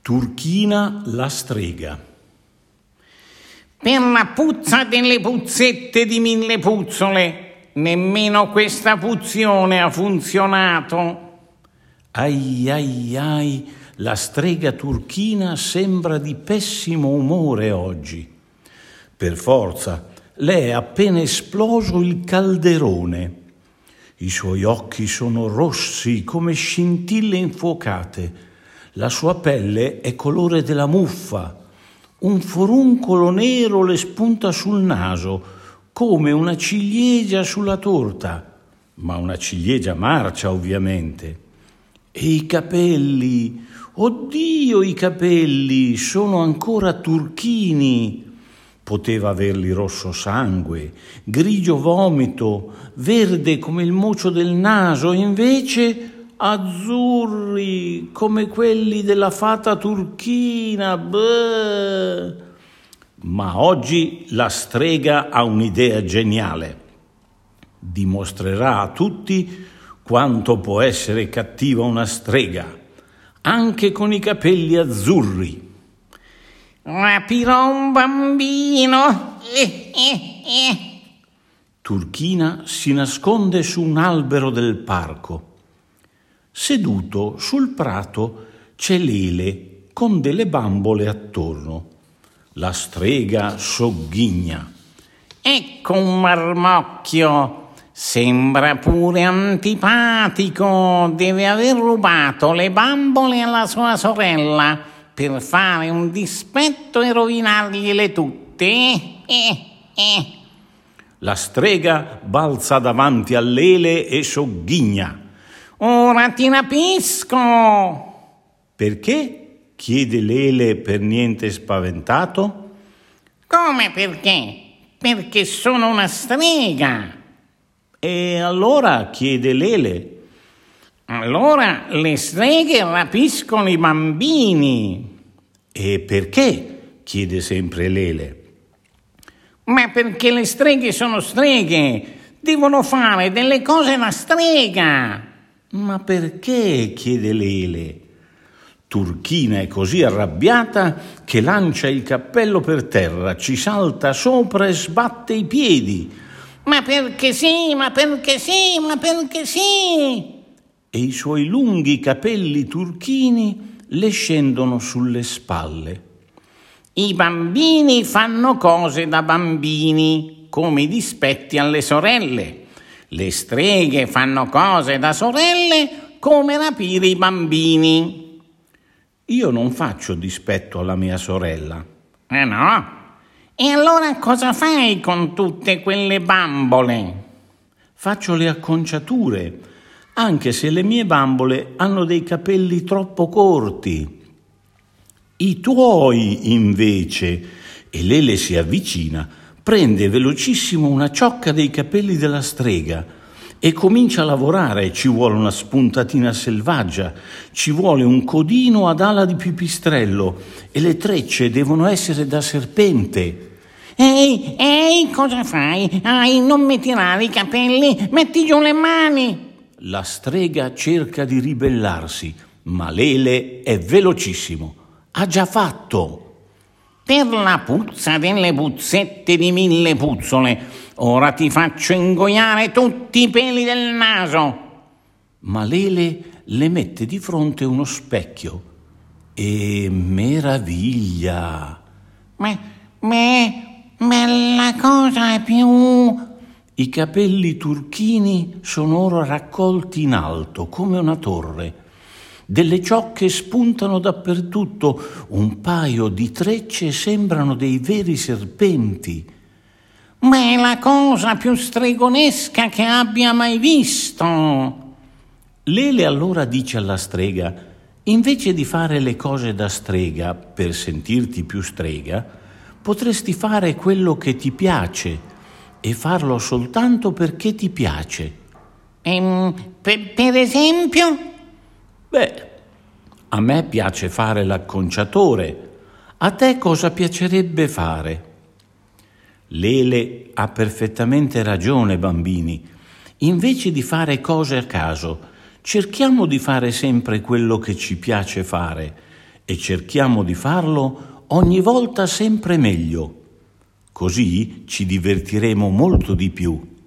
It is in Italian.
Turchina la strega. Per la puzza delle puzzette di mille puzzole, nemmeno questa puzione ha funzionato. Ai ai ai, la strega turchina sembra di pessimo umore oggi. Per forza, le è appena esploso il calderone. I suoi occhi sono rossi come scintille infuocate. La sua pelle è colore della muffa. Un foruncolo nero le spunta sul naso, come una ciliegia sulla torta, ma una ciliegia marcia ovviamente. E i capelli, oddio i capelli, sono ancora turchini. Poteva averli rosso sangue, grigio vomito, verde come il mocio del naso, invece azzurri come quelli della fata turchina. Beh. Ma oggi la strega ha un'idea geniale. Dimostrerà a tutti quanto può essere cattiva una strega, anche con i capelli azzurri. Rapirò un bambino. Turchina si nasconde su un albero del parco. Seduto sul prato c'è Lele con delle bambole attorno. La strega sogghigna. Ecco un marmocchio. Sembra pure antipatico. Deve aver rubato le bambole alla sua sorella per fare un dispetto e rovinargliele tutte. La strega balza davanti a Lele e sogghigna. Ora ti rapisco. Perché? Chiede Lele per niente spaventato. Come perché? Perché sono una strega. E allora? Chiede Lele. Allora le streghe rapiscono i bambini. E perché? Chiede sempre Lele. Ma perché le streghe sono streghe. Devono fare delle cose da strega. Ma perché? Chiede Lele. Turchina è così arrabbiata che lancia il cappello per terra, ci salta sopra e sbatte i piedi. Ma perché sì, ma perché sì, ma perché sì? E i suoi lunghi capelli turchini le scendono sulle spalle. I bambini fanno cose da bambini, come i dispetti alle sorelle. Le streghe fanno cose da sorelle, come rapire i bambini. Io non faccio dispetto alla mia sorella. No? E allora cosa fai con tutte quelle bambole? Faccio le acconciature, anche se le mie bambole hanno dei capelli troppo corti. I tuoi, invece, e Lele si avvicina, prende velocissimo una ciocca dei capelli della strega e comincia a lavorare. Ci vuole una spuntatina selvaggia, ci vuole un codino ad ala di pipistrello e le trecce devono essere da serpente. Ehi, cosa fai? Non mi tirare i capelli, metti giù le mani. La strega cerca di ribellarsi, ma Lele è velocissimo. Ha già fatto. Per la puzza delle puzzette di mille puzzole, ora ti faccio ingoiare tutti i peli del naso. Ma Lele le mette di fronte uno specchio. E meraviglia! Ma la cosa è più... I capelli turchini sono ora raccolti in alto, come una torre. Delle ciocche spuntano dappertutto, un paio di trecce sembrano dei veri serpenti. Ma è la cosa più stregonesca che abbia mai visto. Lele allora dice alla strega: invece di fare le cose da strega per sentirti più strega, potresti fare quello che ti piace e farlo soltanto perché ti piace. Per esempio? Beh, a me piace fare l'acconciatore. A te cosa piacerebbe fare? Lele ha perfettamente ragione, bambini. Invece di fare cose a caso, cerchiamo di fare sempre quello che ci piace fare e cerchiamo di farlo ogni volta sempre meglio. Così ci divertiremo molto di più.